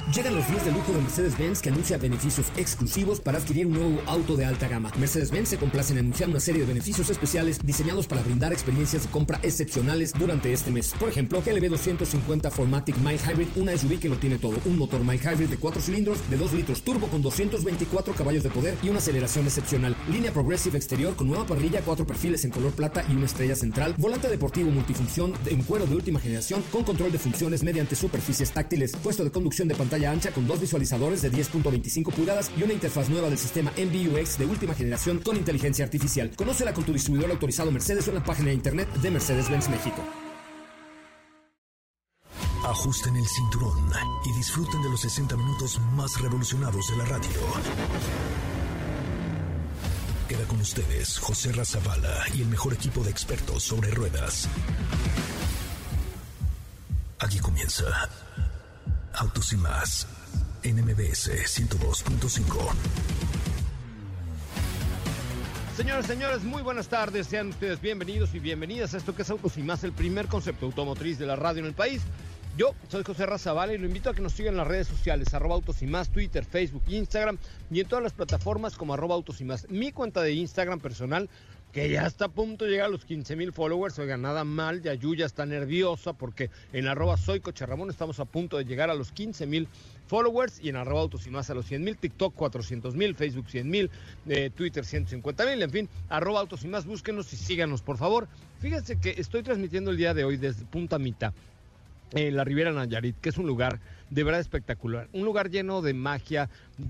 Llegan los días de lujo de Mercedes-Benz, que anuncia beneficios exclusivos para adquirir un nuevo auto de alta gama. Mercedes-Benz se complace en anunciar una serie de beneficios especiales diseñados para brindar experiencias de compra excepcionales durante este mes. Por ejemplo, GLB 250 4MATIC Mild Hybrid, una SUV que lo tiene todo. Un motor Mild Hybrid de 4 cilindros de 2 litros turbo con 224 caballos de poder y una aceleración excepcional. Línea Progressive exterior con nueva parrilla, 4 perfiles en color plata y una estrella central. Volante deportivo multifunción en cuero de última generación con control de funciones mediante superficies táctiles. Puesto de conducción de pantalla ancha con 2 visualizadores de 10.25 pulgadas y una interfaz nueva del sistema MBUX de última generación con inteligencia artificial. Conócela con tu distribuidor autorizado Mercedes o en la página de internet de Mercedes-Benz México. Ajusten el cinturón y disfruten de los 60 minutos más revolucionados de la radio. Queda con ustedes José Razabala y el mejor equipo de expertos sobre ruedas. Aquí comienza Autos y Más en MBS 102.5. Señoras y señores, muy buenas tardes. Sean ustedes bienvenidos y bienvenidas a esto que es Autos y Más, el primer concepto automotriz de la radio en el país. Yo soy José Razabala y lo invito a que nos sigan en las redes sociales, @Autos y Más, Twitter, Facebook, Instagram y en todas las plataformas como @Autos y Más. Mi cuenta de Instagram personal, que ya está a punto de llegar a los 15,000 followers. Oiga, nada mal, Yuya está nerviosa porque en @SoyCocherramón estamos a punto de llegar a los 15,000 followers y en @Autos y Más a los 100,000, TikTok 400,000, Facebook 100,000, Twitter 150,000, en fin, @Autos y Más, búsquenos y síganos, por favor. Fíjense que estoy transmitiendo el día de hoy desde Punta Mita, en la Riviera Nayarit, que es un lugar de verdad espectacular, un lugar lleno de magia,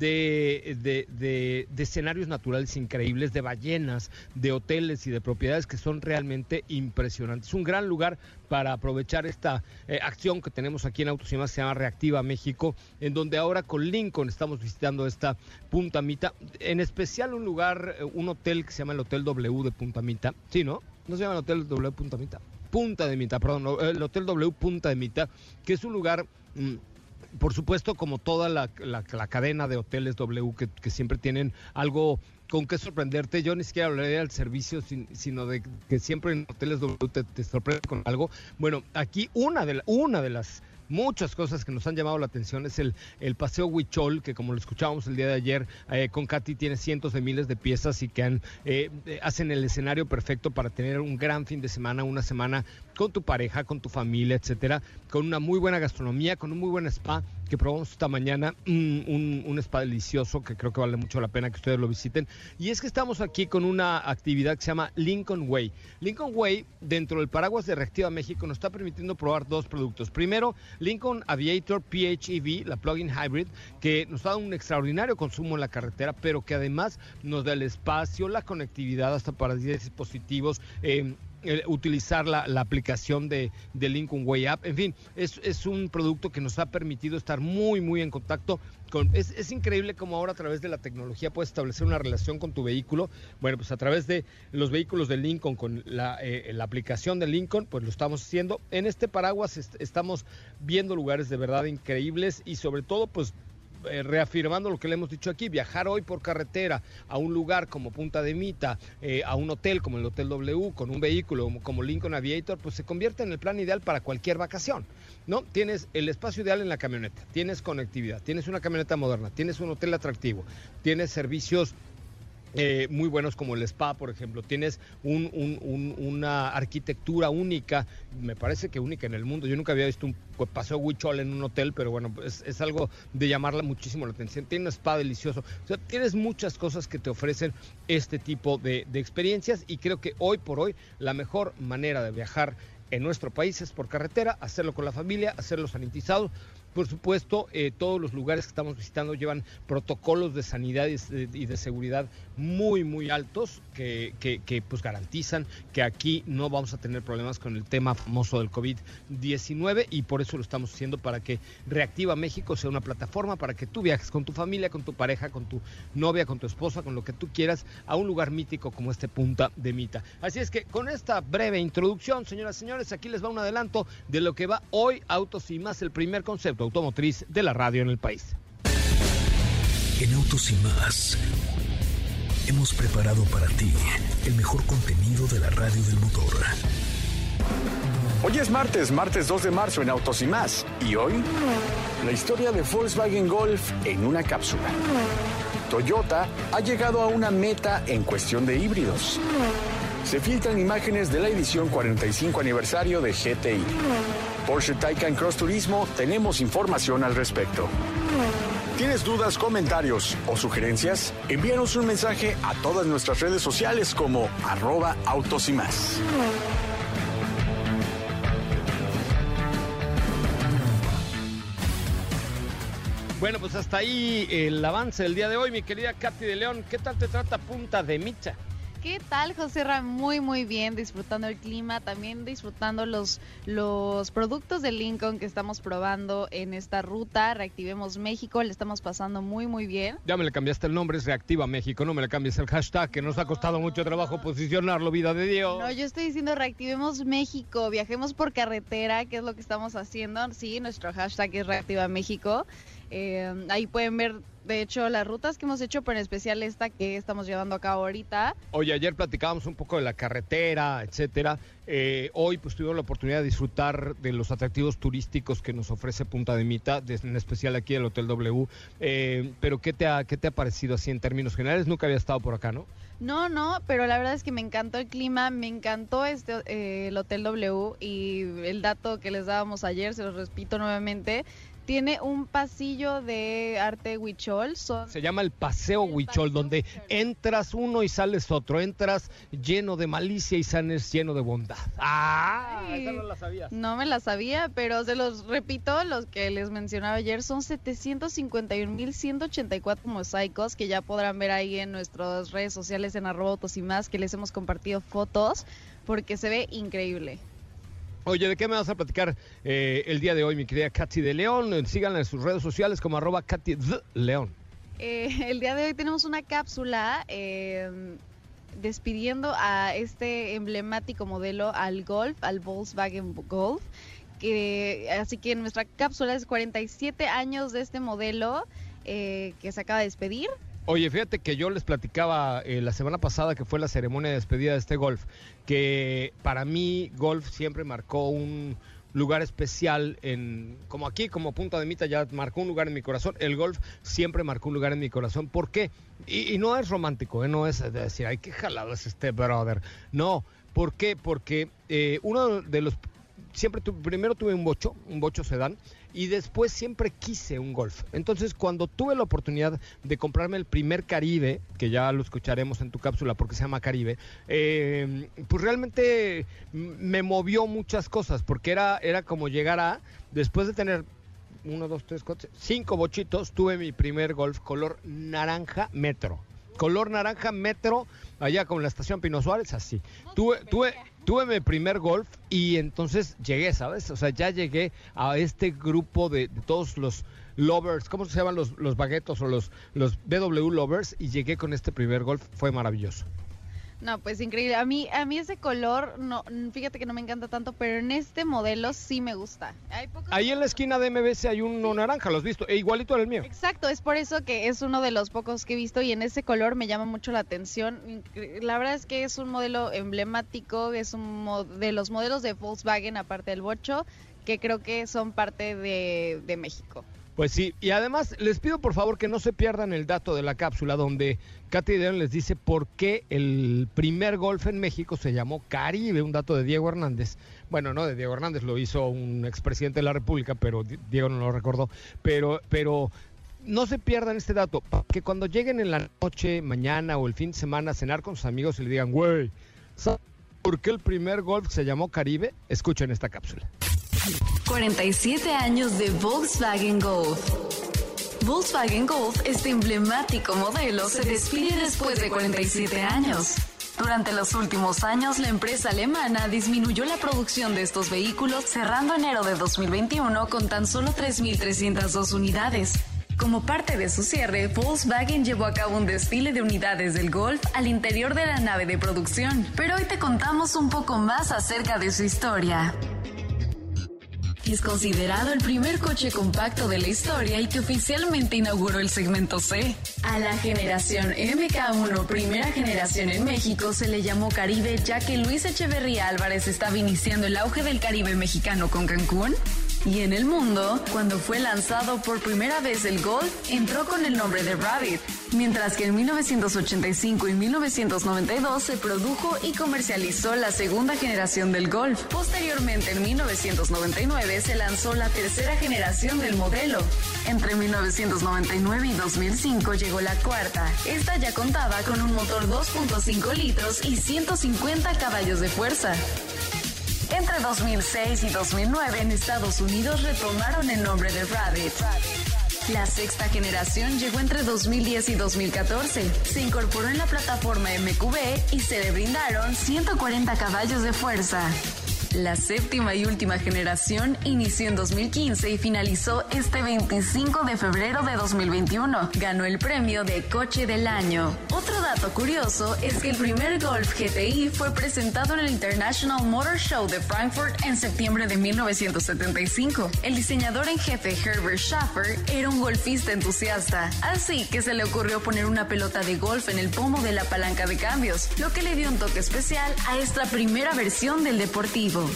de escenarios naturales increíbles, de ballenas, de hoteles y de propiedades que son realmente impresionantes. Un gran lugar para aprovechar esta acción que tenemos aquí en Autos y Más, se llama Reactiva México, en donde ahora con Lincoln estamos visitando esta Punta Mita, en especial un lugar, un hotel que se llama el Hotel W de Punta Mita. Sí, ¿no? ¿No se llama el Hotel W Punta Mita? Punta de Mita, perdón, el Hotel W Punta de Mita, que es un lugar, por supuesto, como toda la cadena de hoteles W, que siempre tienen algo con que sorprenderte. Yo ni siquiera hablaría del servicio, sino de que siempre en hoteles W te sorprende con algo. Bueno, aquí una de las muchas cosas que nos han llamado la atención es el Paseo Huichol, que como lo escuchábamos el día de ayer con Katy, tiene cientos de miles de piezas y que hacen el escenario perfecto para tener un gran fin de semana, una semana con tu pareja, con tu familia, etcétera, con una muy buena gastronomía, con un muy buen spa que probamos esta mañana, un spa delicioso que creo que vale mucho la pena que ustedes lo visiten. Y es que estamos aquí con una actividad que se llama Lincoln Way. Lincoln Way, dentro del paraguas de Reactiva México, nos está permitiendo probar 2 productos. Primero, Lincoln Aviator PHEV, la plug-in hybrid, que nos da un extraordinario consumo en la carretera, pero que además nos da el espacio, la conectividad hasta para 10 dispositivos, utilizar la aplicación de Lincoln Way App. En fin, es un producto que nos ha permitido estar muy, muy en contacto con... Es increíble cómo ahora a través de la tecnología puedes establecer una relación con tu vehículo. Bueno, pues a través de los vehículos de Lincoln, con la aplicación de Lincoln, pues lo estamos haciendo. En este paraguas estamos viendo lugares de verdad increíbles y sobre todo, pues, reafirmando lo que le hemos dicho aquí, viajar hoy por carretera a un lugar como Punta de Mita, a un hotel como el Hotel W, con un vehículo como Lincoln Aviator, pues se convierte en el plan ideal para cualquier vacación, ¿no? Tienes el espacio ideal en la camioneta, tienes conectividad, tienes una camioneta moderna, tienes un hotel atractivo, tienes servicios muy buenos como el spa, por ejemplo, tienes una arquitectura única, me parece que única en el mundo. Yo nunca había visto un paseo Huichol en un hotel, pero bueno, es algo de llamarla muchísimo la atención. Tiene un spa delicioso, o sea, tienes muchas cosas que te ofrecen este tipo de experiencias, y creo que hoy por hoy la mejor manera de viajar en nuestro país es por carretera, hacerlo con la familia, hacerlo sanitizado. Por supuesto, todos los lugares que estamos visitando llevan protocolos de sanidad y de seguridad muy, muy altos que pues garantizan que aquí no vamos a tener problemas con el tema famoso del COVID-19, y por eso lo estamos haciendo, para que Reactiva México sea una plataforma para que tú viajes con tu familia, con tu pareja, con tu novia, con tu esposa, con lo que tú quieras, a un lugar mítico como este Punta de Mita. Así es que con esta breve introducción, señoras y señores, aquí les va un adelanto de lo que va hoy Autos y Más, el primer concepto automotriz de la radio en el país. En Autos y Más hemos preparado para ti el mejor contenido de la radio del motor. Hoy es martes 2 de marzo en Autos y Más. Y hoy La historia de Volkswagen Golf en una cápsula. Toyota ha llegado a una meta en cuestión de híbridos. Se filtran imágenes de la edición 45 aniversario de GTI. Porsche Taycan Cross Turismo, tenemos información al respecto. ¿Tienes dudas, comentarios o sugerencias? Envíanos un mensaje a todas nuestras redes sociales como @autosymás. Bueno, pues hasta ahí el avance del día de hoy, mi querida Katy de León. ¿Qué tal te trata Punta de Mita? ¿Qué tal, José Ra? Muy bien, disfrutando el clima, también disfrutando los productos de Lincoln que estamos probando en esta ruta. Reactivemos México, le estamos pasando muy bien. Ya me le cambiaste el nombre, es Reactiva México, no me le cambies el hashtag, que nos ha costado mucho trabajo posicionarlo, vida de Dios. No, yo estoy diciendo Reactivemos México, viajemos por carretera, que es lo que estamos haciendo. Sí, nuestro hashtag es Reactiva México. Ahí pueden ver, de hecho, las rutas que hemos hecho, pero en especial esta que estamos llevando a cabo ahorita. Oye, ayer platicábamos un poco de la carretera, etcétera. Hoy pues tuvimos la oportunidad de disfrutar de los atractivos turísticos que nos ofrece Punta de Mita, en especial aquí el Hotel W. Pero ¿qué te ha parecido así en términos generales? Nunca había estado por acá, ¿no? No, pero la verdad es que me encantó el clima, me encantó el Hotel W, y el dato que les dábamos ayer, se los repito nuevamente. Tiene un pasillo de arte huichol. Se llama el Paseo Huichol, donde entras uno y sales otro. Entras lleno de malicia y sales lleno de bondad. Esa no la sabías. No me la sabía, pero se los repito, los que les mencionaba ayer, son 751,184 mosaicos que ya podrán ver ahí en nuestras redes sociales en @autosymás, que les hemos compartido fotos, porque se ve increíble. Oye, ¿de qué me vas a platicar el día de hoy, mi querida Katy de León? Síganla en sus redes sociales como @Katy de León. El día de hoy tenemos una cápsula despidiendo a este emblemático modelo, al Volkswagen Golf. Así que nuestra cápsula es 47 años de este modelo que se acaba de despedir. Oye, fíjate que yo les platicaba la semana pasada, que fue la ceremonia de despedida de este Golf, que para mí Golf siempre marcó un lugar especial como aquí, como Punta de Mita ya marcó un lugar en mi corazón. El Golf siempre marcó un lugar en mi corazón. ¿Por qué? Y no es romántico, no es de decir, ay, qué jalado es este brother. No, ¿por qué? Porque uno de los... primero tuve un bocho sedán, y después siempre quise un Golf. Entonces, cuando tuve la oportunidad de comprarme el primer Caribe, que ya lo escucharemos en tu cápsula porque se llama Caribe, pues realmente me movió muchas cosas, porque era como llegar después de tener 1, 2, 3, 4, 5 bochitos, tuve mi primer Golf color naranja metro. Color naranja metro, allá con la estación Pino Suárez, así. Tuve mi primer Golf y entonces llegué, ¿sabes? O sea, ya llegué a este grupo de todos los lovers, ¿cómo se llaman los baguetos o los BW lovers? Y llegué con este primer Golf, fue maravilloso. No, pues increíble. A mí ese color, no, fíjate que no me encanta tanto, pero en este modelo sí me gusta. Ahí en la esquina de MBS hay uno naranja, ¿lo has visto? Igualito al mío. Exacto, es por eso que es uno de los pocos que he visto, y en ese color me llama mucho la atención. La verdad es que es un modelo emblemático, es de los modelos de Volkswagen, aparte del bocho, que creo que son parte de México. Pues sí, y además les pido por favor que no se pierdan el dato de la cápsula donde Katy de León les dice por qué el primer Golf en México se llamó Caribe, un dato de Diego Hernández. Bueno, no de Diego Hernández, lo hizo un expresidente de la República, pero Diego no lo recordó. Pero no se pierdan este dato, que cuando lleguen en la noche, mañana o el fin de semana a cenar con sus amigos y le digan, güey, ¿sabes por qué el primer Golf se llamó Caribe? Escuchen esta cápsula. 47 años de Volkswagen Golf. Volkswagen Golf, este emblemático modelo, se despide después de 47 años. Durante los últimos años, la empresa alemana disminuyó la producción de estos vehículos, cerrando enero de 2021 con tan solo 3.302 unidades. Como parte de su cierre, Volkswagen llevó a cabo un desfile de unidades del Golf al interior de la nave de producción. Pero hoy te contamos un poco más acerca de su historia. Es considerado el primer coche compacto de la historia y que oficialmente inauguró el segmento C. A la generación MK1, primera generación en México, se le llamó Caribe, ya que Luis Echeverría Álvarez estaba iniciando el auge del Caribe mexicano con Cancún. Y en el mundo, cuando fue lanzado por primera vez el Golf, entró con el nombre de Rabbit, mientras que en 1985 y 1992 se produjo y comercializó la segunda generación del Golf. Posteriormente, en 1999 se lanzó la tercera generación del modelo. Entre 1999 y 2005 llegó la cuarta. Esta ya contaba con un motor 2.5 litros y 150 caballos de fuerza. Entre 2006 y 2009 en Estados Unidos retomaron el nombre de Rabbit. La sexta generación llegó entre 2010 y 2014. Se incorporó en la plataforma MQB y se le brindaron 140 caballos de fuerza. La séptima y última generación inició en 2015 y finalizó este 25 de febrero de 2021. Ganó el premio de Coche del Año. Otro dato curioso es que el primer Golf GTI fue presentado en el International Motor Show de Frankfurt en septiembre de 1975. El diseñador en jefe Herbert Schaffer era un golfista entusiasta, así que se le ocurrió poner una pelota de golf en el pomo de la palanca de cambios, lo que le dio un toque especial a esta primera versión del deportivo.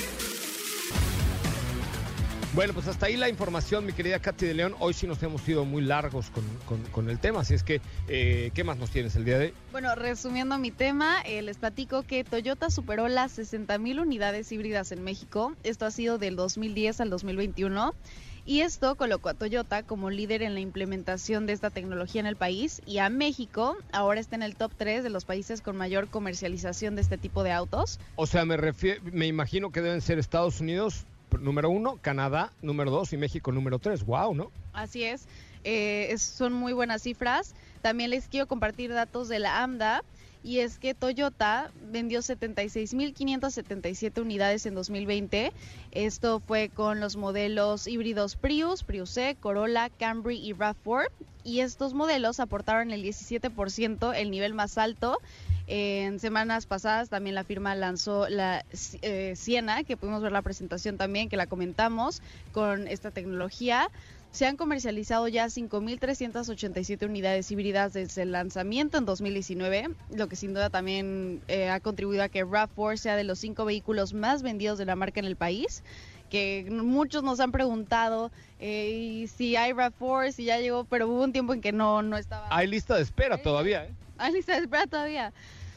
Bueno, pues hasta ahí la información, mi querida Katy de León. Hoy sí nos hemos ido muy largos con el tema, así es que, ¿qué más nos tienes el día de hoy? Bueno, resumiendo mi tema, les platico que Toyota superó las 60,000 unidades híbridas en México. Esto ha sido del 2010 al 2021. Y esto colocó a Toyota como líder en la implementación de esta tecnología en el país, y a México ahora está en el top 3 de los países con mayor comercialización de este tipo de autos. O sea, me imagino que deben ser Estados Unidos número 1, Canadá número 2 y México número 3. ¡Wow!, ¿no? Así es, son muy buenas cifras. También les quiero compartir datos de la AMDA. Y es que Toyota vendió 76,577 unidades en 2020. Esto fue con los modelos híbridos Prius, Prius-C, Corolla, Camry y RAV4. Y estos modelos aportaron el 17%, el nivel más alto. En semanas pasadas también la firma lanzó la Siena, que pudimos ver la presentación también, que la comentamos, con esta tecnología. Se han comercializado ya 5,387 unidades híbridas desde el lanzamiento en 2019, lo que sin duda también ha contribuido a que RAV4 sea de los 5 vehículos más vendidos de la marca en el país, que muchos nos han preguntado si hay RAV4, si ya llegó, pero hubo un tiempo en que no estaba. Hay lista de espera todavía, ¿eh? Hay lista de espera todavía.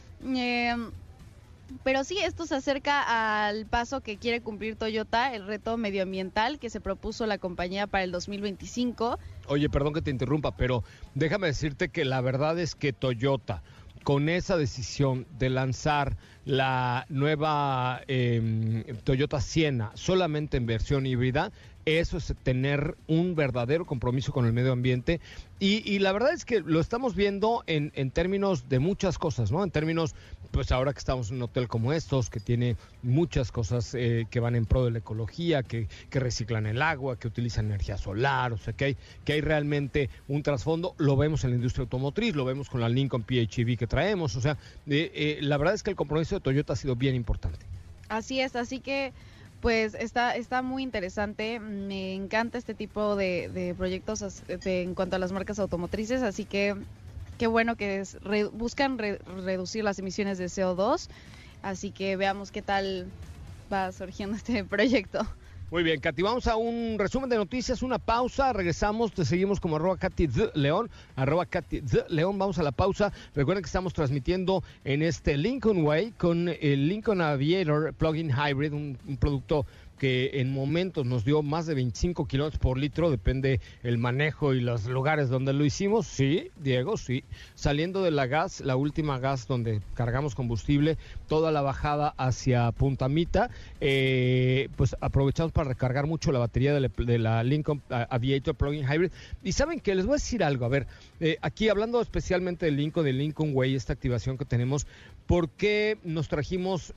Pero sí, esto se acerca al paso que quiere cumplir Toyota, el reto medioambiental que se propuso la compañía para el 2025. Oye, perdón que te interrumpa, pero déjame decirte que la verdad es que Toyota, con esa decisión de lanzar la nueva Toyota Siena solamente en versión híbrida, eso es tener un verdadero compromiso con el medio ambiente. Y la verdad es que lo estamos viendo en términos de muchas cosas, ¿no? En términos, pues ahora que estamos en un hotel como estos, que tiene muchas cosas que van en pro de la ecología, que reciclan el agua, que utilizan energía solar, o sea, que hay realmente un trasfondo. Lo vemos en la industria automotriz, lo vemos con la Lincoln PHEV que traemos, o sea, la verdad es que el compromiso de Toyota ha sido bien importante. Así es, así que pues está muy interesante. Me encanta este tipo de proyectos en cuanto a las marcas automotrices, así que qué bueno que buscan reducir las emisiones de CO2, así que veamos qué tal va surgiendo este proyecto. Muy bien, Katy, vamos a un resumen de noticias, una pausa, regresamos, te seguimos como @KatyDLeón, @KatyDLeón, vamos a la pausa. Recuerden que estamos transmitiendo en este Lincoln Way con el Lincoln Aviator Plug-in Hybrid, un producto que en momentos nos dio más de 25 kilómetros por litro, depende el manejo y los lugares donde lo hicimos. Sí, Diego, sí. Saliendo de la gas, la última gas donde cargamos combustible, toda la bajada hacia Punta Mita, pues aprovechamos para recargar mucho la batería de la Lincoln Aviator Plug-in Hybrid. Y ¿saben qué? Les voy a decir algo. A ver, aquí hablando especialmente del Lincoln Way, esta activación que tenemos, ¿por qué nos trajimos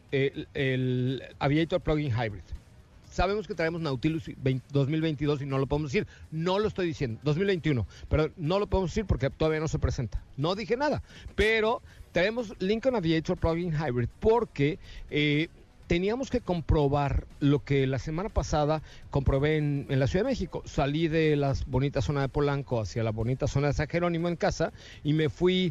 el Aviator Plug-in Hybrid? Sabemos que traemos Nautilus 2022 y no lo podemos decir, no lo estoy diciendo, 2021, pero no lo podemos decir porque todavía no se presenta. No dije nada, pero traemos Lincoln Aviator Plug-in Hybrid porque teníamos que comprobar lo que la semana pasada comprobé en la Ciudad de México. Salí de la bonita zona de Polanco hacia la bonita zona de San Jerónimo en casa y me fui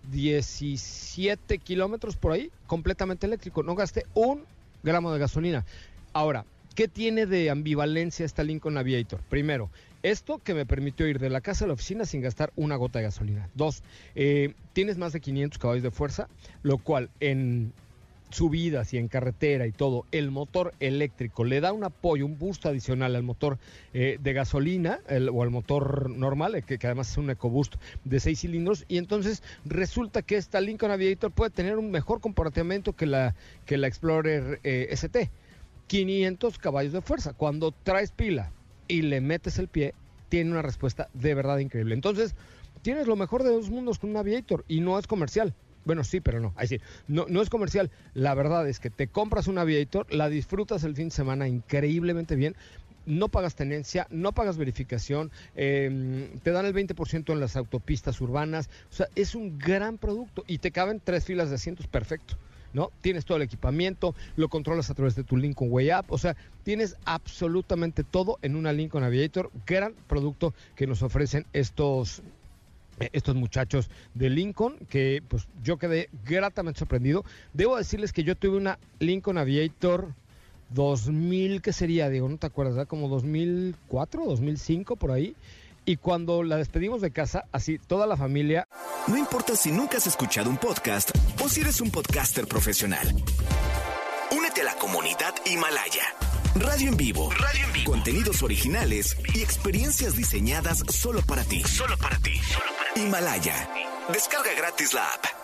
17 kilómetros por ahí completamente eléctrico. No gasté 1 gramo de gasolina. Ahora, ¿Qué tiene de ambivalencia esta Lincoln Aviator? Primero, esto que me permitió ir de la casa a la oficina sin gastar una gota de gasolina. 2, tienes más de 500 caballos de fuerza, lo cual en subidas y en carretera y todo, el motor eléctrico le da un apoyo, un boost adicional al motor de gasolina o al motor normal, que además es un EcoBoost de 6 cilindros, y entonces resulta que esta Lincoln Aviator puede tener un mejor comportamiento que la Explorer ST. 500 caballos de fuerza. Cuando traes pila y le metes el pie, tiene una respuesta de verdad increíble. Entonces, tienes lo mejor de dos mundos con un Aviator y no es comercial. Bueno, sí, pero no. No es comercial. La verdad es que te compras un Aviator, la disfrutas el fin de semana increíblemente bien. No pagas tenencia, no pagas verificación, te dan el 20% en las autopistas urbanas. O sea, es un gran producto y te caben 3 filas de asientos perfecto, ¿no? Tienes todo el equipamiento, lo controlas a través de tu Lincoln Way App, o sea, tienes absolutamente todo en una Lincoln Aviator. Gran producto que nos ofrecen estos muchachos de Lincoln, que pues yo quedé gratamente sorprendido. Debo decirles que yo tuve una Lincoln Aviator 2000, ¿qué sería, Diego? ¿No te acuerdas? ¿Verdad? Como 2004, 2005, por ahí. Y cuando la despedimos de casa, así, toda la familia... No importa si nunca has escuchado un podcast o si eres un podcaster profesional. Únete a la comunidad Himalaya. Radio en vivo. Contenidos originales y experiencias diseñadas solo para ti. Himalaya. Descarga gratis la app.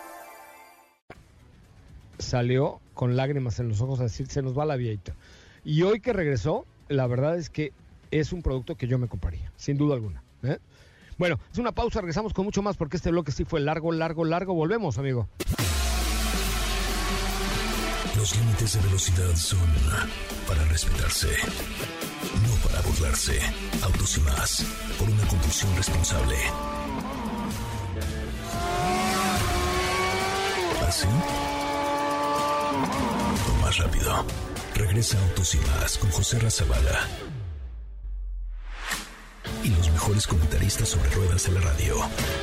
Salió con lágrimas en los ojos a decir, se nos va la Aviator. Y hoy que regresó, la verdad es que es un producto que yo me compraría, sin duda alguna. Bueno, es una pausa, regresamos con mucho más porque este bloque sí fue largo. Volvemos, amigo. Los límites de velocidad son para respetarse, no para burlarse. Autos y más, por una conducción responsable. ¿Así? O más rápido. Regresa Autos y más con José Razabala y los mejores comentaristas sobre ruedas de la radio.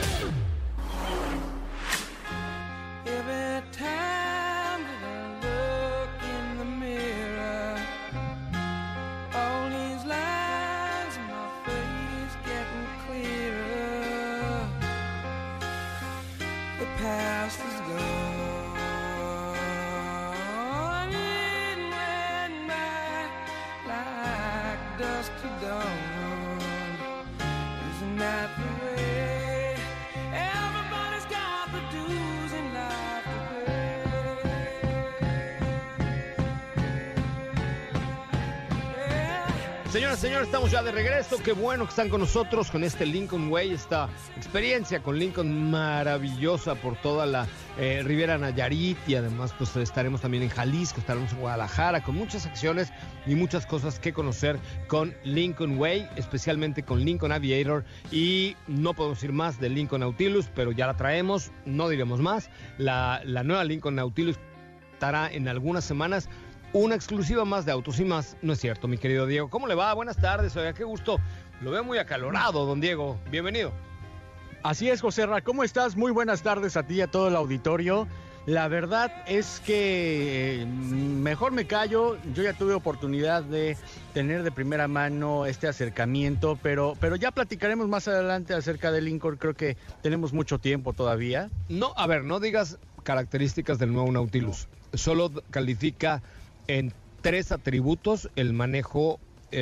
Señoras y señores, estamos ya de regreso. Qué bueno que están con nosotros con este Lincoln Way, esta experiencia con Lincoln maravillosa por toda la Riviera Nayarit, y además pues estaremos también en Jalisco, estaremos en Guadalajara con muchas acciones y muchas cosas que conocer con Lincoln Way, especialmente con Lincoln Aviator. Y no podemos decir más de Lincoln Nautilus, pero ya la traemos, no diremos más. La nueva Lincoln Nautilus estará en algunas semanas. Una exclusiva más de Autos y Más, ¿no es cierto, mi querido Diego? ¿Cómo le va? Buenas tardes, oiga, qué gusto. Lo veo muy acalorado, don Diego. Bienvenido. Así es, José Ra. ¿Cómo estás? Muy buenas tardes a ti y a todo el auditorio. La verdad es que mejor me callo. Yo ya tuve oportunidad de tener de primera mano este acercamiento, pero ya platicaremos más adelante acerca de Lincoln. Creo que tenemos mucho tiempo todavía. No, a ver, no digas características del nuevo Nautilus. Solo califica en 3 atributos el manejo,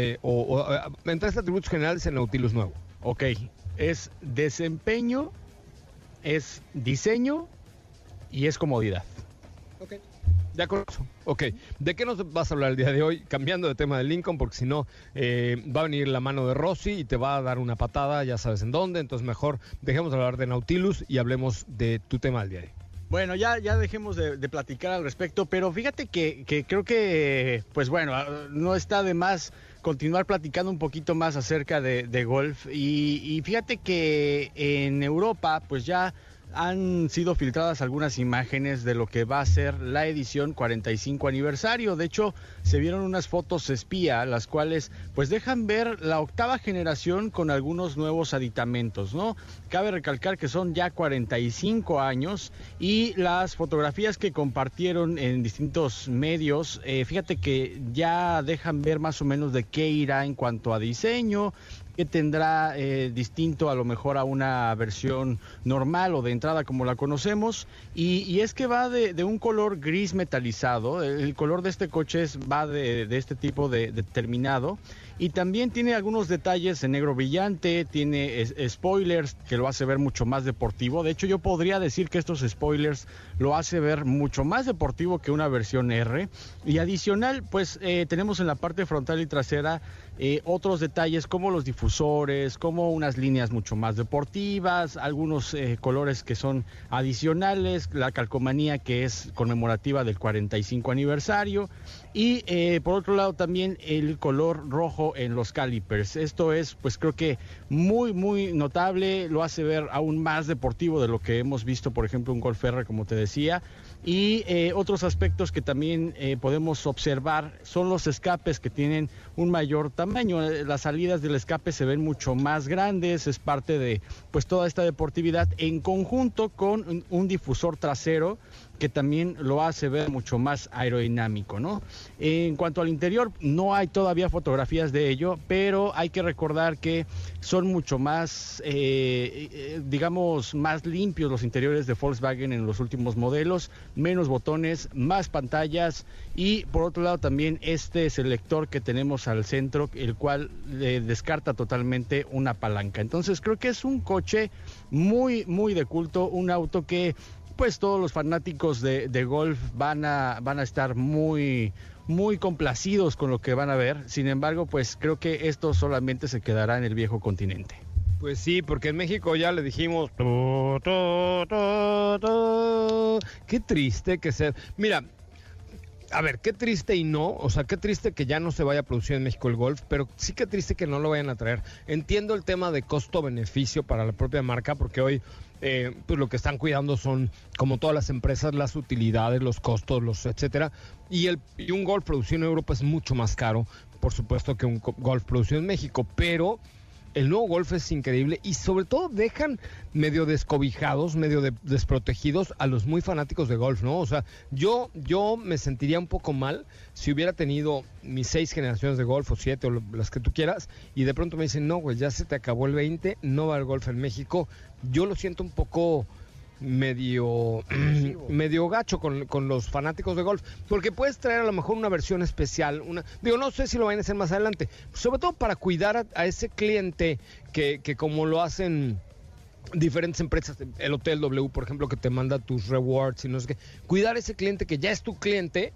en 3 atributos generales el Nautilus nuevo. Ok, es desempeño, es diseño y es comodidad. Ok, de acuerdo. Ok, ¿de qué nos vas a hablar el día de hoy? Cambiando de tema de Lincoln, porque si no va a venir la mano de Rossi y te va a dar una patada, ya sabes en dónde. Entonces mejor dejemos de hablar de Nautilus y hablemos de tu tema del día de hoy. Bueno, ya dejemos de platicar al respecto, pero fíjate que creo que, pues bueno, no está de más continuar platicando un poquito más acerca de golf. Y fíjate que en Europa, pues ya han sido filtradas algunas imágenes de lo que va a ser la edición 45 aniversario. De hecho, se vieron unas fotos espía, las cuales pues dejan ver la octava generación con algunos nuevos aditamentos, ¿no? Cabe recalcar que son ya 45 años y las fotografías que compartieron en distintos medios, fíjate que ya dejan ver más o menos de qué irá en cuanto a diseño, que tendrá distinto a lo mejor a una versión normal o de entrada como la conocemos, y es que va de un color gris metalizado. El color de este coche va de este tipo de terminado, y también tiene algunos detalles en negro brillante, tiene spoilers que lo hace ver mucho más deportivo. De hecho, yo podría decir que estos spoilers lo hace ver mucho más deportivo que una versión R, y adicional pues tenemos en la parte frontal y trasera otros detalles como los difusores, como unas líneas mucho más deportivas, algunos colores que son adicionales, la calcomanía que es conmemorativa del 45 aniversario, y por otro lado también el color rojo en los calipers. Esto es, pues creo que muy notable, lo hace ver aún más deportivo de lo que hemos visto, por ejemplo, un Golf R, como te decía. Y otros aspectos que también podemos observar son los escapes, que tienen un mayor tamaño. Las salidas del escape se ven mucho más grandes, es parte de pues toda esta deportividad, en conjunto con un difusor trasero que también lo hace ver mucho más aerodinámico, ¿no? En cuanto al interior, no hay todavía fotografías de ello, pero hay que recordar que son mucho más, digamos, más limpios los interiores de Volkswagen en los últimos modelos, menos botones, más pantallas, y por otro lado también este selector que tenemos al centro, el cual descarta totalmente una palanca. Entonces creo que es un coche muy de culto, un auto que pues todos los fanáticos de Golf van a estar muy complacidos con lo que van a ver. Sin embargo, pues creo que esto solamente se quedará en el viejo continente. Pues sí, porque en México ya le dijimos qué triste que sea. Mira, a ver, qué triste y no, o sea, qué triste que ya no se vaya a producir en México el Golf, pero sí que triste que no lo vayan a traer. Entiendo el tema de costo-beneficio para la propia marca, porque hoy pues lo que están cuidando son, como todas las empresas, las utilidades, los costos, los etcétera, y un Golf producido en Europa es mucho más caro, por supuesto, que un Golf producido en México, pero el nuevo Golf es increíble y sobre todo dejan medio descobijados, medio desprotegidos a los muy fanáticos de Golf, ¿no? O sea, yo me sentiría un poco mal si hubiera tenido mis 6 generaciones de Golf o 7 o las que tú quieras, y de pronto me dicen, no, güey, ya se te acabó el 20, no va a haber Golf en México. Yo lo siento un poco medio gacho con los fanáticos de Golf, porque puedes traer a lo mejor una versión especial, no sé si lo vayan a hacer más adelante, sobre todo para cuidar a ese cliente que como lo hacen diferentes empresas, el Hotel W, por ejemplo, que te manda tus rewards y no sé qué, cuidar a ese cliente que ya es tu cliente,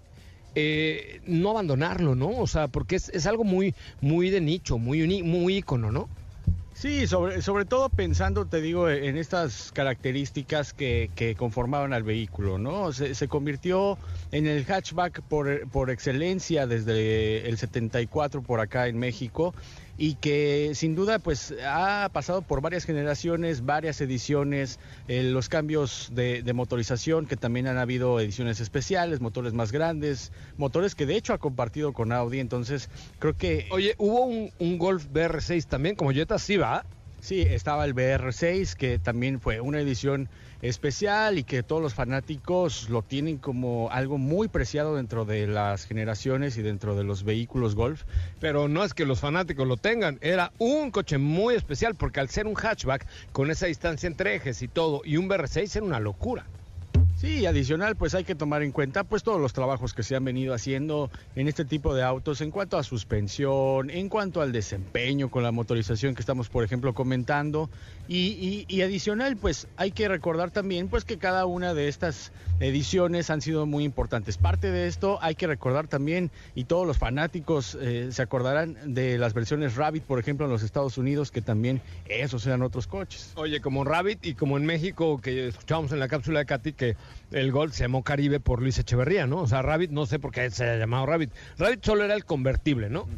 no abandonarlo, ¿no? O sea, porque es algo muy de nicho, muy ícono, ¿no? Sí, sobre todo pensando, te digo, en estas características que conformaban al vehículo, ¿no? Se convirtió en el hatchback por excelencia desde el 74 por acá en México, y que sin duda pues ha pasado por varias generaciones, varias ediciones, los cambios de motorización, que también han habido ediciones especiales, motores más grandes, motores que de hecho ha compartido con Audi. Entonces creo que... Oye, ¿hubo un Golf BR6 también como Jetta? Sí, ¿va? Sí, estaba el BR6, que también fue una edición especial y que todos los fanáticos lo tienen como algo muy preciado dentro de las generaciones y dentro de los vehículos Golf. Pero no es que los fanáticos lo tengan, era un coche muy especial, porque al ser un hatchback con esa distancia entre ejes y todo, y un BR6 era una locura. Sí, adicional, pues hay que tomar en cuenta pues todos los trabajos que se han venido haciendo en este tipo de autos en cuanto a suspensión, en cuanto al desempeño con la motorización que estamos, por ejemplo, comentando, y adicional, pues hay que recordar también pues que cada una de estas ediciones han sido muy importantes. Parte de esto hay que recordar también, y todos los fanáticos se acordarán de las versiones Rabbit, por ejemplo, en los Estados Unidos, que también esos eran otros coches. Oye, como Rabbit y como en México, que escuchábamos en la cápsula de Katy, que el Golf se llamó Caribe por Luis Echeverría, ¿no? O sea, Rabbit, no sé por qué se haya llamado Rabbit. Rabbit solo era el convertible, ¿no?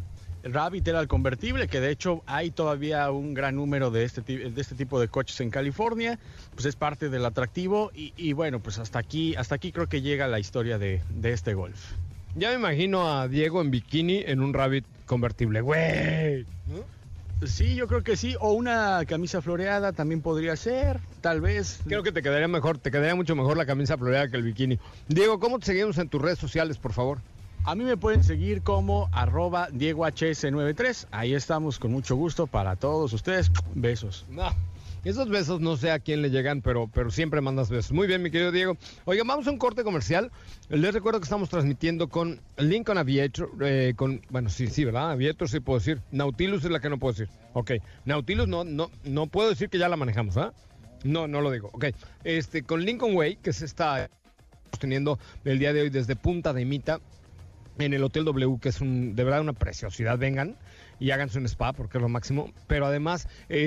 Rabbit era el convertible, que de hecho hay todavía un gran número de este tipo de coches en California, pues es parte del atractivo y bueno, pues hasta aquí creo que llega la historia de este Golf. Ya me imagino a Diego en bikini en un Rabbit convertible, güey. Sí, yo creo que sí, o una camisa floreada también podría ser, tal vez. Creo que te quedaría mucho mejor la camisa floreada que el bikini. Diego, ¿cómo te seguimos en tus redes sociales, por favor? A mí me pueden seguir como @DiegoHS93. Ahí estamos con mucho gusto para todos ustedes. Besos. No, esos besos no sé a quién le llegan, pero siempre mandas besos. Muy bien, mi querido Diego. Oigan, vamos a un corte comercial. Les recuerdo que estamos transmitiendo con Lincoln Aviator, sí, ¿verdad? Aviator sí puedo decir. Nautilus es la que no puedo decir. Ok, Nautilus no puedo decir que ya la manejamos, ¿ah? No lo digo. Ok, con Lincoln Way, que se está teniendo el día de hoy desde Punta de Mita, en el Hotel W, que es de verdad una preciosidad. Vengan y háganse un spa porque es lo máximo. Pero además,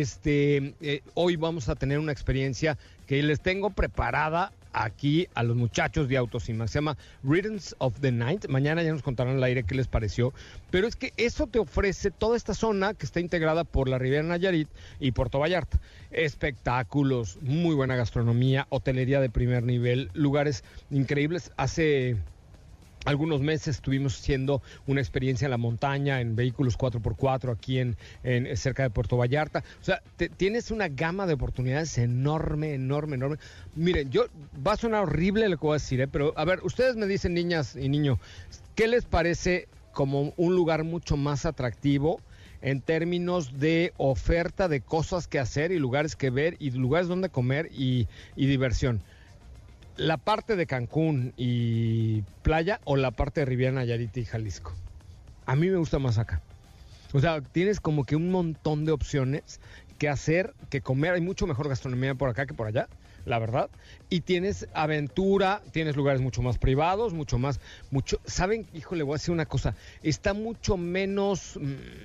hoy vamos a tener una experiencia que les tengo preparada aquí a los muchachos de Autos y Más. Se llama Rhythms of the Night. Mañana ya nos contarán al aire qué les pareció. Pero es que eso te ofrece toda esta zona que está integrada por la Riviera Nayarit y Puerto Vallarta. Espectáculos, muy buena gastronomía, hotelería de primer nivel, lugares increíbles. Hace algunos meses estuvimos haciendo una experiencia en la montaña, en vehículos 4x4 aquí en cerca de Puerto Vallarta. O sea, tienes una gama de oportunidades enorme. Miren, va a sonar horrible lo que voy a decir, pero a ver, ustedes me dicen, niñas y niños, ¿qué les parece como un lugar mucho más atractivo en términos de oferta de cosas que hacer y lugares que ver y lugares donde comer y diversión? ¿La parte de Cancún y playa o la parte de Riviera Nayarit y Jalisco? A mí me gusta más acá. O sea, tienes como que un montón de opciones que hacer, que comer. Hay mucho mejor gastronomía por acá que por allá, la verdad. Y tienes aventura, tienes lugares mucho más privados, ¿saben? Híjole, voy a decir una cosa. Está mucho menos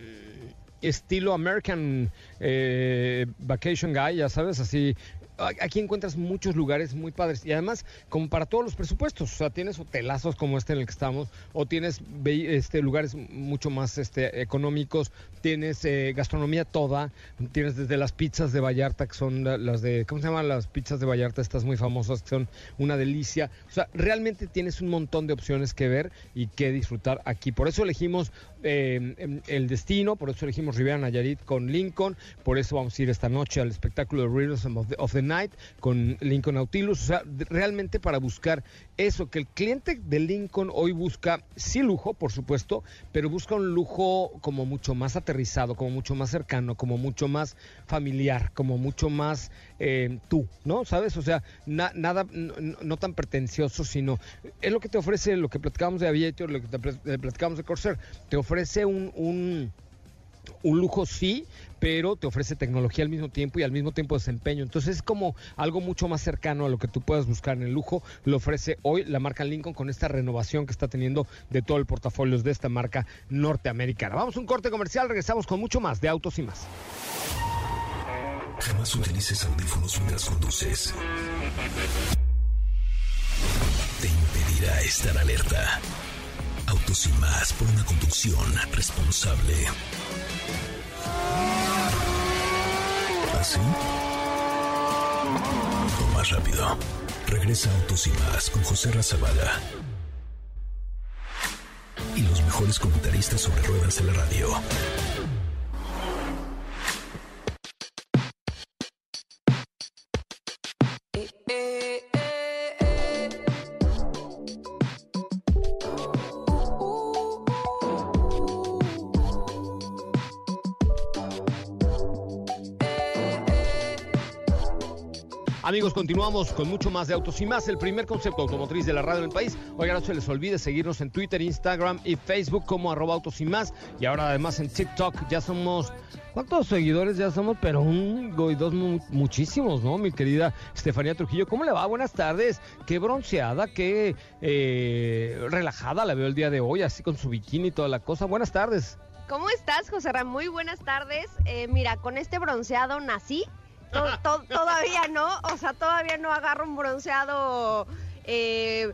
estilo American Vacation Guy, ya sabes, así. Aquí encuentras muchos lugares muy padres y además como para todos los presupuestos. O sea, tienes hotelazos como en el que estamos, o tienes lugares mucho más económicos, tienes gastronomía toda, tienes desde las pizzas de Vallarta, que son las de, ¿cómo se llaman las pizzas de Vallarta? Estas muy famosas, que son una delicia. O sea, realmente tienes un montón de opciones que ver y que disfrutar aquí. Por eso elegimos el destino, por eso elegimos Riviera Nayarit con Lincoln, por eso vamos a ir esta noche al espectáculo de Rhythms of the Night con Lincoln Nautilus. O sea, realmente para buscar eso, que el cliente de Lincoln hoy busca, sí, lujo, por supuesto, pero busca un lujo como mucho más aterrizado, como mucho más cercano, como mucho más familiar, como mucho más tú, ¿no? ¿Sabes? O sea, nada, no tan pretencioso, sino es lo que te ofrece, lo que platicábamos de Aviator, lo que te platicábamos de Corsair. Te ofrece un lujo, sí, pero te ofrece tecnología al mismo tiempo y al mismo tiempo desempeño. Entonces es como algo mucho más cercano a lo que tú puedas buscar en el lujo. Lo ofrece hoy la marca Lincoln con esta renovación que está teniendo de todo el portafolio de esta marca norteamericana. Vamos a un corte comercial, regresamos con mucho más de Autos y Más. Jamás utilices audífonos mientras conduces. Te impedirá estar alerta. Autos y Más, por una conducción responsable. ¿Así? O más rápido. Regresa Autos y Más con José Razabala y los mejores comentaristas sobre ruedas de la radio. Amigos, continuamos con mucho más de Autos y Más, el primer concepto automotriz de la radio del país. Oigan, no se les olvide seguirnos en Twitter, Instagram y Facebook como @Autos y Más. Y ahora además en TikTok ya somos... ¿Cuántos seguidores ya somos? Pero muchísimos, ¿no? Mi querida Estefanía Trujillo, ¿cómo le va? Buenas tardes. Qué bronceada, qué relajada la veo el día de hoy, así con su bikini y toda la cosa. Buenas tardes. ¿Cómo estás, José Ramón? Muy buenas tardes. Mira, con este bronceado nací. Todavía no, o sea, todavía no agarro un bronceado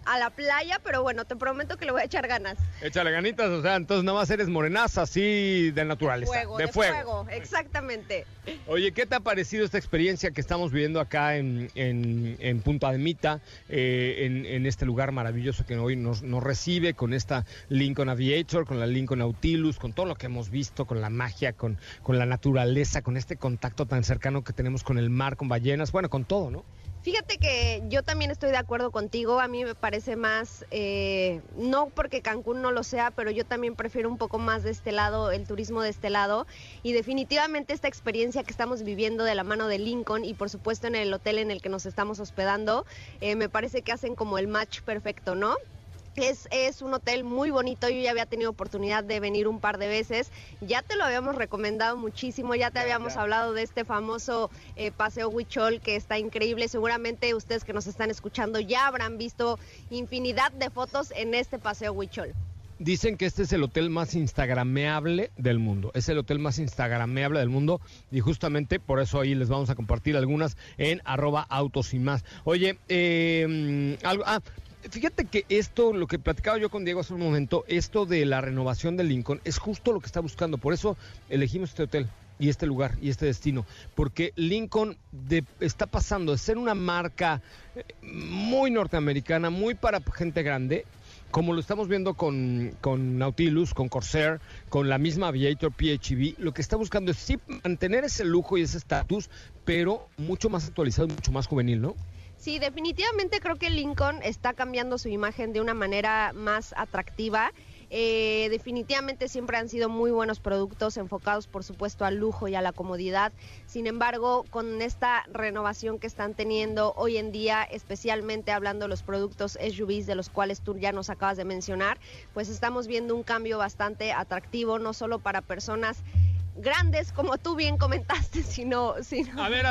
a la playa, pero bueno, te prometo que le voy a echar ganas. Échale ganitas, o sea, entonces nada más eres morenaza, así de naturaleza. De fuego, exactamente. Oye, ¿qué te ha parecido esta experiencia que estamos viviendo acá en Punta de Mita, en este lugar maravilloso que hoy nos recibe con esta Lincoln Aviator, con la Lincoln Nautilus, con todo lo que hemos visto, con la magia, con la naturaleza, con este contacto tan cercano que tenemos con el mar, con ballenas, bueno, con todo, ¿no? Fíjate que yo también estoy de acuerdo contigo, a mí me parece más, no porque Cancún no lo sea, pero yo también prefiero un poco más de este lado, el turismo de este lado, y definitivamente esta experiencia que estamos viviendo de la mano de Lincoln y por supuesto en el hotel en el que nos estamos hospedando, me parece que hacen como el match perfecto, ¿no? Es un hotel muy bonito, yo ya había tenido oportunidad de venir un par de veces, ya te lo habíamos recomendado muchísimo, ya te habíamos hablado de este famoso Paseo Huichol que está increíble, seguramente ustedes que nos están escuchando ya habrán visto infinidad de fotos en este Paseo Huichol. Dicen que este es el hotel más instagrameable del mundo, es el hotel más instagrameable del mundo y justamente por eso ahí les vamos a compartir algunas en @autosymas. Oye, fíjate que esto, lo que platicaba yo con Diego hace un momento, esto de la renovación de Lincoln es justo lo que está buscando, por eso elegimos este hotel y este lugar y este destino, porque Lincoln está pasando de ser una marca muy norteamericana, muy para gente grande, como lo estamos viendo con Nautilus, con Corsair, con la misma Aviator PHEV, lo que está buscando es sí mantener ese lujo y ese estatus, pero mucho más actualizado, mucho más juvenil, ¿no? Sí, definitivamente creo que Lincoln está cambiando su imagen de una manera más atractiva. Definitivamente siempre han sido muy buenos productos enfocados por supuesto al lujo y a la comodidad. Sin embargo, con esta renovación que están teniendo hoy en día, especialmente hablando de los productos SUVs de los cuales tú ya nos acabas de mencionar, pues estamos viendo un cambio bastante atractivo, no solo para personas grandes, como tú bien comentaste, sino... A ver,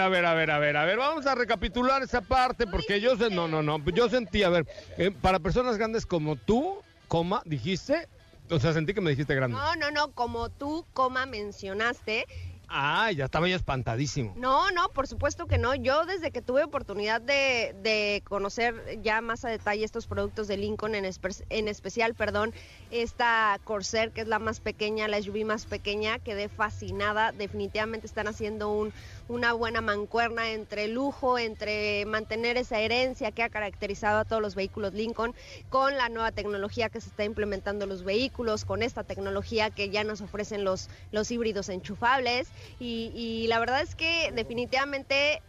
vamos a recapitular esa parte, porque yo sentí, para personas grandes como tú, dijiste, o sea, sentí que me dijiste grande. No, como tú, mencionaste... Ah, ya estaba yo espantadísimo. No, por supuesto que no. Yo desde que tuve oportunidad de conocer ya más a detalle estos productos de Lincoln, en especial, esta Corsair, que es la más pequeña, la SUV más pequeña, quedé fascinada. Definitivamente están haciendo una buena mancuerna entre lujo, entre mantener esa herencia que ha caracterizado a todos los vehículos Lincoln, con la nueva tecnología que se está implementando en los vehículos, con esta tecnología que ya nos ofrecen los híbridos enchufables. Y la verdad es que definitivamente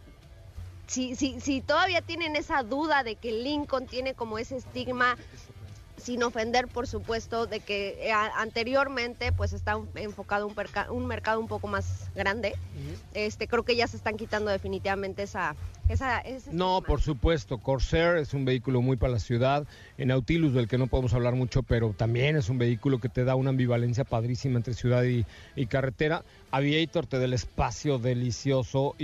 si todavía tienen esa duda de que Lincoln tiene como ese estigma, sin ofender por supuesto, de que anteriormente pues está enfocado un mercado un poco más grande, creo que ya se están quitando definitivamente esa no, por supuesto, Corsair es un vehículo muy para la ciudad, Nautilus del que no podemos hablar mucho, pero también es un vehículo que te da una ambivalencia padrísima entre ciudad y carretera. Aviator te da el espacio delicioso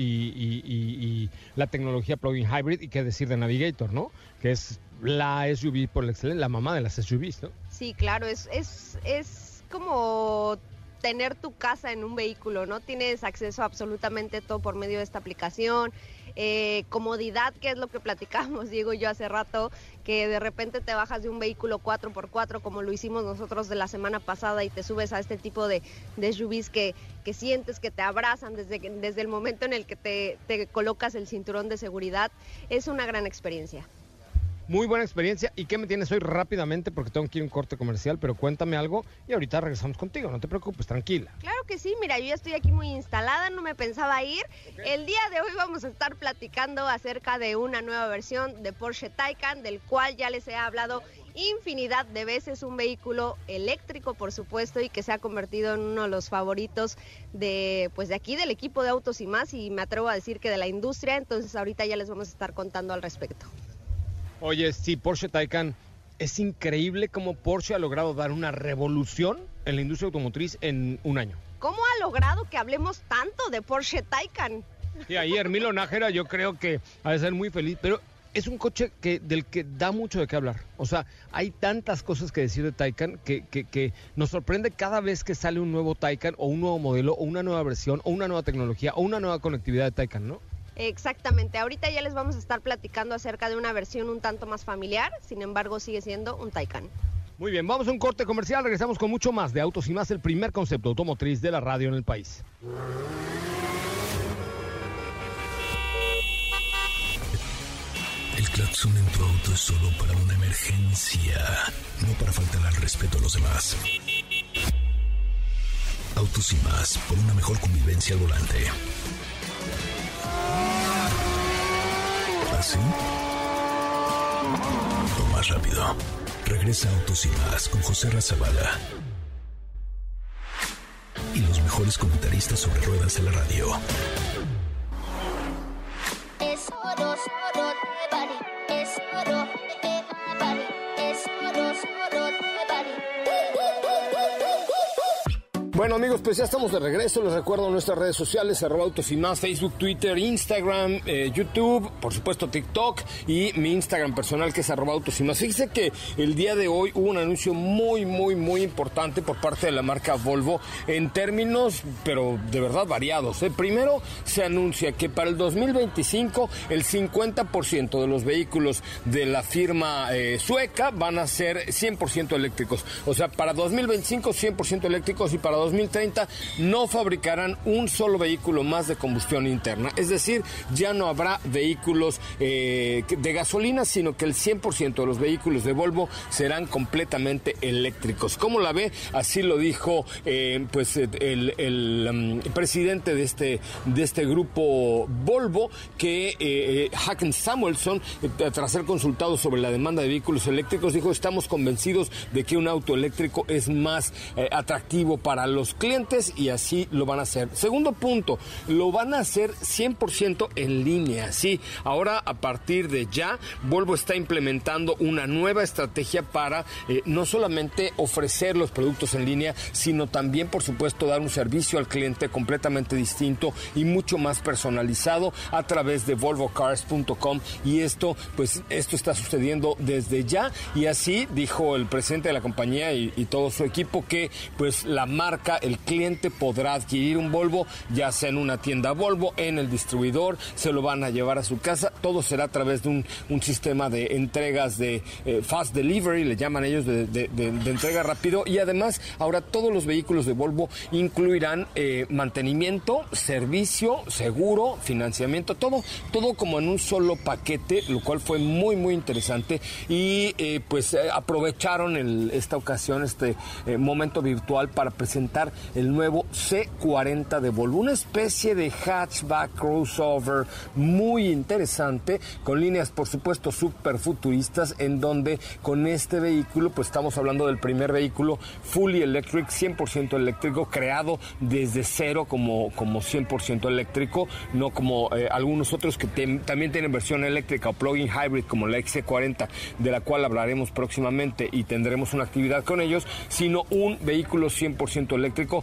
y la tecnología plug-in hybrid, y qué decir de Navigator, ¿no? Que es la SUV por excelencia, la mamá de las SUVs, ¿no? Sí, claro, es como tener tu casa en un vehículo, ¿no? Tienes acceso a absolutamente todo por medio de esta aplicación. Comodidad, que es lo que platicamos, Diego y yo hace rato, que de repente te bajas de un vehículo 4x4 como lo hicimos nosotros de la semana pasada y te subes a este tipo de SUVs que sientes que te abrazan desde el momento en el que te colocas el cinturón de seguridad. Es una gran experiencia. Muy buena experiencia. ¿Y qué me tienes hoy rápidamente? Porque tengo que ir a un corte comercial, pero cuéntame algo y ahorita regresamos contigo, no te preocupes, tranquila. Claro que sí, mira, yo ya estoy aquí muy instalada, no me pensaba ir. Okay. El día de hoy vamos a estar platicando acerca de una nueva versión de Porsche Taycan, del cual ya les he hablado infinidad de veces, un vehículo eléctrico por supuesto, y que se ha convertido en uno de los favoritos de aquí del equipo de Autos y Más, y me atrevo a decir que de la industria. Entonces ahorita ya les vamos a estar contando al respecto. Oye, sí, Porsche Taycan, es increíble cómo Porsche ha logrado dar una revolución en la industria automotriz en un año. ¿Cómo ha logrado que hablemos tanto de Porsche Taycan? Sí, ahí Hermilo Nájera yo creo que ha de ser muy feliz, pero es un coche del que da mucho de qué hablar. O sea, hay tantas cosas que decir de Taycan que nos sorprende cada vez que sale un nuevo Taycan o un nuevo modelo o una nueva versión o una nueva tecnología o una nueva conectividad de Taycan, ¿no? Exactamente, ahorita ya les vamos a estar platicando acerca de una versión un tanto más familiar, sin embargo sigue siendo un Taycan. Muy bien, vamos a un corte comercial, regresamos con mucho más de Autos y Más, el primer concepto automotriz de la radio en el país. El claxon en tu auto es solo para una emergencia, no para faltar al respeto a los demás. Autos y Más, por una mejor convivencia al volante. ¿Así? O más rápido. Regresa Autos y Más con José Razabala y los mejores comentaristas sobre ruedas de la radio. Es oro, oro de Bari. Es oro de Bari. Es oro, oro de Bari. Bueno, amigos, pues ya estamos de regreso. Les recuerdo nuestras redes sociales, @Autos y Más, Facebook, Twitter, Instagram, YouTube, por supuesto TikTok y mi Instagram personal, que es @Autos y Más. Fíjense que el día de hoy hubo un anuncio muy importante por parte de la marca Volvo en términos, pero de verdad variados. Primero, se anuncia que para el 2025 el 50% de los vehículos de la firma sueca van a ser 100% eléctricos. O sea, para 2025 100% eléctricos, y para 2030 no fabricarán un solo vehículo más de combustión interna. Es decir, ya no habrá vehículos de gasolina, sino que el 100% de los vehículos de Volvo serán completamente eléctricos. ¿Cómo la ve? Así lo dijo el presidente de este grupo Volvo, que Håkan Samuelsson, tras ser consultado sobre la demanda de vehículos eléctricos, dijo: estamos convencidos de que un auto eléctrico es más atractivo para los clientes, y así lo van a hacer. Segundo punto, lo van a hacer 100% en línea. Sí, ahora, a partir de ya, Volvo está implementando una nueva estrategia para no solamente ofrecer los productos en línea, sino también, por supuesto, dar un servicio al cliente completamente distinto y mucho más personalizado a través de volvocars.com, y esto está sucediendo desde ya, y así dijo el presidente de la compañía y todo su equipo que pues la marca, el cliente podrá adquirir un Volvo, ya sea en una tienda Volvo, en el distribuidor, se lo van a llevar a su casa. Todo será a través de un sistema de entregas de fast delivery, le llaman ellos, de entrega rápido, y además ahora todos los vehículos de Volvo incluirán mantenimiento, servicio, seguro, financiamiento, todo como en un solo paquete, lo cual fue muy interesante, y aprovecharon esta ocasión, este momento virtual, para presentar el nuevo C40 de Volvo, una especie de hatchback crossover muy interesante, con líneas por supuesto súper futuristas, en donde con este vehículo pues estamos hablando del primer vehículo fully electric, 100% eléctrico, creado desde cero como 100% eléctrico, no como algunos otros que también tienen versión eléctrica o plug-in hybrid, como la XC40, de la cual hablaremos próximamente y tendremos una actividad con ellos, sino un vehículo 100% eléctrico,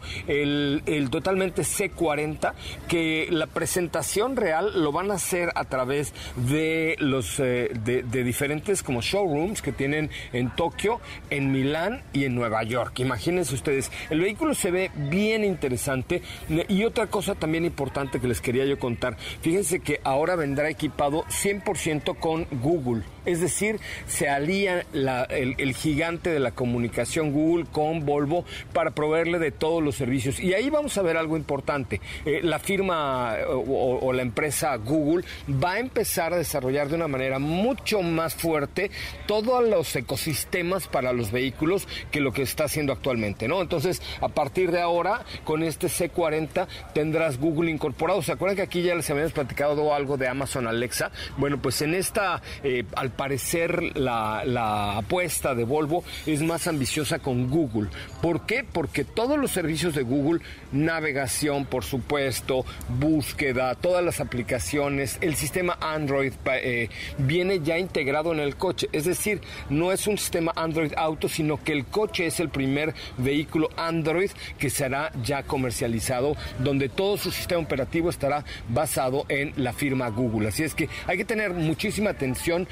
el totalmente C40, que la presentación real lo van a hacer a través de los de diferentes como showrooms que tienen en Tokio, en Milán y en Nueva York. Imagínense ustedes, el vehículo se ve bien interesante. Y otra cosa también importante que les quería yo contar, fíjense que ahora vendrá equipado 100% con Google. Es decir, se alía el gigante de la comunicación Google con Volvo para proveerle de todos los servicios. Y ahí vamos a ver algo importante. La firma o la empresa Google va a empezar a desarrollar de una manera mucho más fuerte todos los ecosistemas para los vehículos que lo que está haciendo actualmente, ¿no? Entonces, a partir de ahora, con este C40 tendrás Google incorporado. ¿Se acuerdan que aquí ya les habíamos platicado algo de Amazon Alexa? Bueno, pues en esta, al parecer, la apuesta de Volvo es más ambiciosa con Google. ¿Por qué? Porque todos los servicios de Google, navegación, por supuesto, búsqueda, todas las aplicaciones, el sistema Android viene ya integrado en el coche. Es decir, no es un sistema Android Auto, sino que el coche es el primer vehículo Android que será ya comercializado, donde todo su sistema operativo estará basado en la firma Google. Así es que hay que tener muchísima atención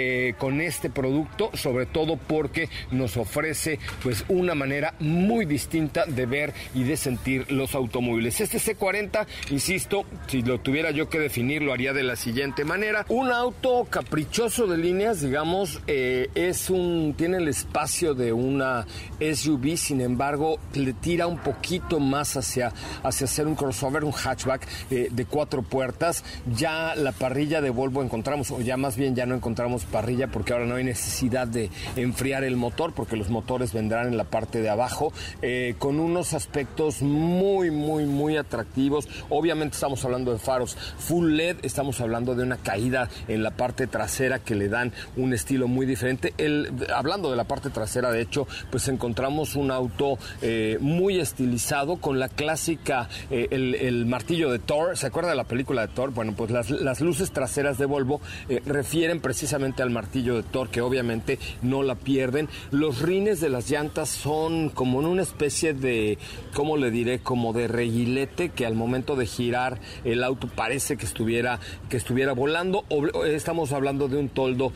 con este producto, sobre todo porque nos ofrece pues una manera muy distinta de de ver y de sentir los automóviles. Este C40, insisto, si lo tuviera yo que definir, lo haría de la siguiente manera. Un auto caprichoso de líneas, digamos, tiene el espacio de una SUV, sin embargo, le tira un poquito más hacia hacer un crossover, un hatchback de 4 puertas. Ya la parrilla de Volvo encontramos, o ya más bien ya no encontramos parrilla, porque ahora no hay necesidad de enfriar el motor, porque los motores vendrán en la parte de abajo, con unos aspectos muy, muy, muy atractivos. Obviamente estamos hablando de faros full LED, estamos hablando de una caída en la parte trasera que le dan un estilo muy diferente. Hablando de la parte trasera, de hecho, pues encontramos un auto muy estilizado con la clásica, el martillo de Thor. ¿Se acuerda de la película de Thor? Bueno, pues las luces traseras de Volvo refieren precisamente al martillo de Thor, que obviamente no la pierden. Los rines de las llantas son como en una especie de, ¿cómo le diré? Como de reguilete, que al momento de girar el auto parece que estuviera volando. Estamos hablando de un toldo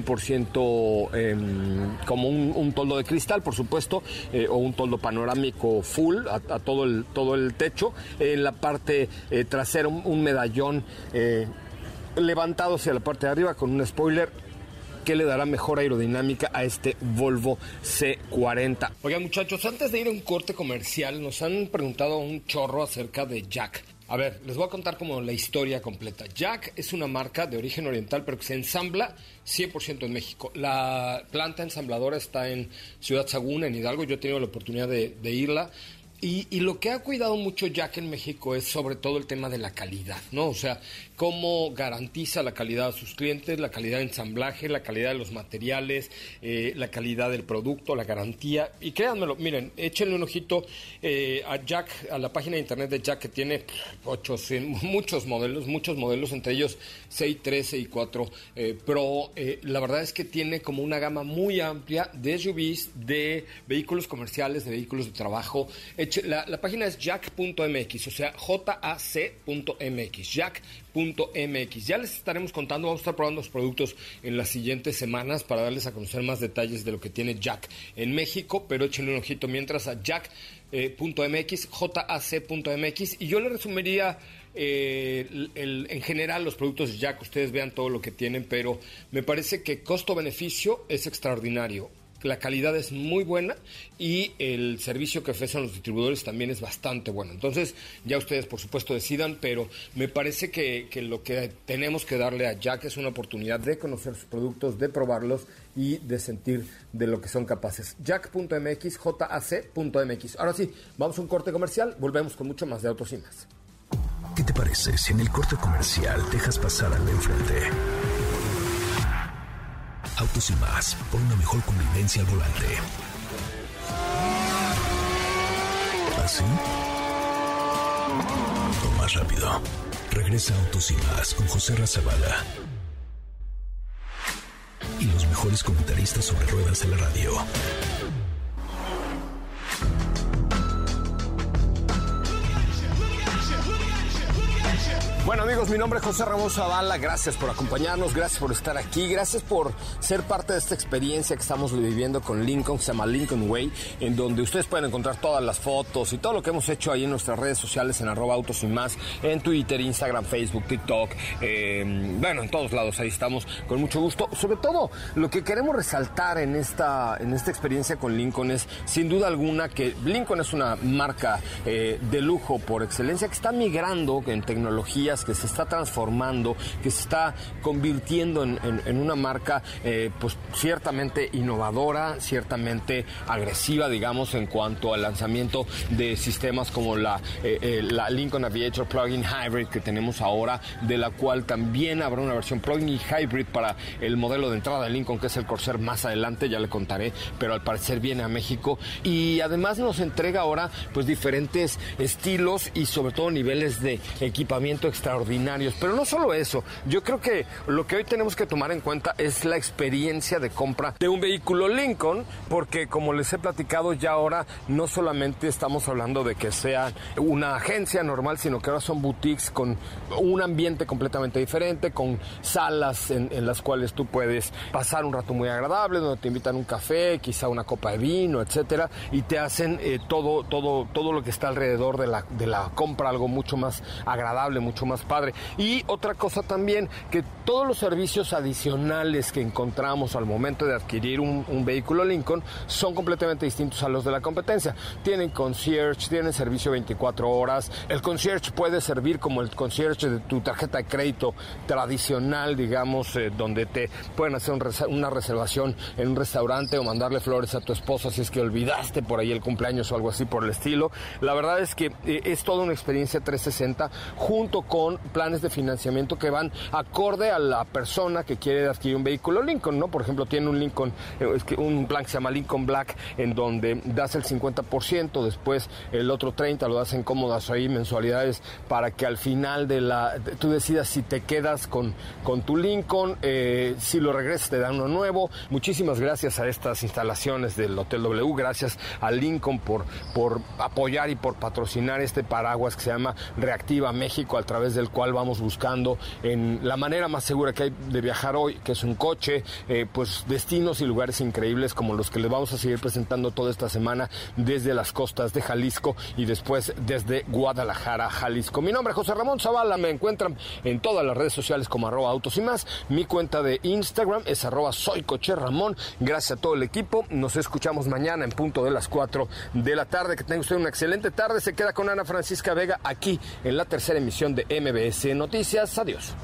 100% como un toldo de cristal, por supuesto, o un toldo panorámico full a todo el techo. En la parte trasera un medallón levantado hacia la parte de arriba con un spoiler que le dará mejor aerodinámica a este Volvo C40. Oigan, muchachos, antes de ir a un corte comercial, nos han preguntado un chorro acerca de Jack. A ver, les voy a contar como la historia completa. Jack es una marca de origen oriental, pero que se ensambla 100% en México. La planta ensambladora está en Ciudad Sagún, en Hidalgo. Yo he tenido la oportunidad de irla. Y lo que ha cuidado mucho Jack en México es sobre todo el tema de la calidad, ¿no? O sea, cómo garantiza la calidad a sus clientes, la calidad de ensamblaje, la calidad de los materiales, la calidad del producto, la garantía. Y créanmelo, miren, échenle un ojito a Jack, a la página de internet de Jack, que tiene muchos modelos, entre ellos 6, 13 y 4 Pro. La verdad es que tiene como una gama muy amplia de SUVs, de vehículos comerciales, de vehículos de trabajo. La página es jack.mx, o sea, jac.mx, jack.mx. Ya les estaremos contando, vamos a estar probando los productos en las siguientes semanas para darles a conocer más detalles de lo que tiene Jack en México, pero échenle un ojito mientras a jack.mx, jac.mx, y yo le resumiría en general los productos de Jack. Ustedes vean todo lo que tienen, pero me parece que costo-beneficio es extraordinario. La calidad es muy buena y el servicio que ofrecen los distribuidores también es bastante bueno. Entonces, ya ustedes, por supuesto, decidan, pero me parece que lo que tenemos que darle a Jack es una oportunidad de conocer sus productos, de probarlos y de sentir de lo que son capaces. Jack.mx, jac.mx. Ahora sí, vamos a un corte comercial, volvemos con mucho más de Autos y Más. ¿Qué te parece si en el corte comercial dejas pasar al de enfrente? Autos y Más, por una mejor convivencia al volante. ¿Así? O más rápido. Regresa Autos y Más con José Razabala y los mejores comentaristas sobre ruedas de la radio. Bueno, amigos, mi nombre es José Ramón Zavala. Gracias por acompañarnos, gracias por estar aquí, gracias por ser parte de esta experiencia que estamos viviendo con Lincoln, que se llama Lincoln Way, en donde ustedes pueden encontrar todas las fotos y todo lo que hemos hecho ahí en nuestras redes sociales, en @autos y más, en Twitter, Instagram, Facebook, TikTok, en todos lados, ahí estamos con mucho gusto. Sobre todo, lo que queremos resaltar en esta experiencia con Lincoln es, sin duda alguna, que Lincoln es una marca de lujo por excelencia, que está migrando en tecnología, que se está transformando, que se está convirtiendo en una marca pues ciertamente innovadora, ciertamente agresiva, digamos, en cuanto al lanzamiento de sistemas como la Lincoln Aviator Plug-in Hybrid que tenemos ahora, de la cual también habrá una versión Plug-in Hybrid para el modelo de entrada de Lincoln, que es el Corsair, más adelante, ya le contaré, pero al parecer viene a México, y además nos entrega ahora pues diferentes estilos y sobre todo niveles de equipamiento extra extraordinarios. Pero no solo eso, yo creo que lo que hoy tenemos que tomar en cuenta es la experiencia de compra de un vehículo Lincoln, porque como les he platicado ya ahora, no solamente estamos hablando de que sea una agencia normal, sino que ahora son boutiques con un ambiente completamente diferente, con salas en las cuales tú puedes pasar un rato muy agradable, donde te invitan un café, quizá una copa de vino, etcétera, y te hacen todo lo que está alrededor de la compra algo mucho más agradable, mucho más padre. Y otra cosa también, que todos los servicios adicionales que encontramos al momento de adquirir un vehículo Lincoln son completamente distintos a los de la competencia. Tienen concierge, tienen servicio 24 horas. El concierge puede servir como el concierge de tu tarjeta de crédito tradicional, digamos, donde te pueden hacer una reservación en un restaurante o mandarle flores a tu esposa si es que olvidaste por ahí el cumpleaños o algo así por el estilo. La verdad es que es toda una experiencia 360 junto con planes de financiamiento que van acorde a la persona que quiere adquirir un vehículo Lincoln, ¿no? Por ejemplo, tiene un Lincoln, un plan que se llama Lincoln Black, en donde das el 50%, después el otro 30% lo das en cómodas ahí mensualidades para que al final tú decidas si te quedas con tu Lincoln, si lo regresas te dan uno nuevo. Muchísimas gracias a estas instalaciones del Hotel W, gracias a Lincoln por apoyar y por patrocinar este paraguas que se llama Reactiva México, a través del cual vamos buscando en la manera más segura que hay de viajar hoy, que es un coche, pues destinos y lugares increíbles como los que les vamos a seguir presentando toda esta semana desde las costas de Jalisco y después desde Guadalajara, Jalisco. Mi nombre es José Ramón Zavala, me encuentran en todas las redes sociales como @autos y más. Mi cuenta de Instagram es @soycocherramón. Gracias a todo el equipo, nos escuchamos mañana en punto de las 4 de la tarde. Que tenga usted una excelente tarde. Se queda con Ana Francisca Vega aquí en la tercera emisión de MBS Noticias. Adiós.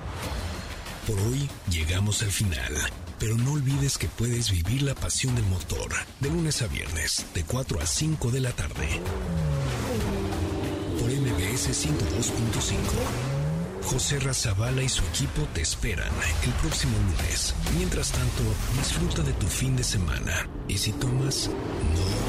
Por hoy llegamos al final, pero no olvides que puedes vivir la pasión del motor de lunes a viernes de 4 a 5 de la tarde por MBS 102.5. José Razabala y su equipo te esperan el próximo lunes. Mientras tanto, disfruta de tu fin de semana y si tomas, no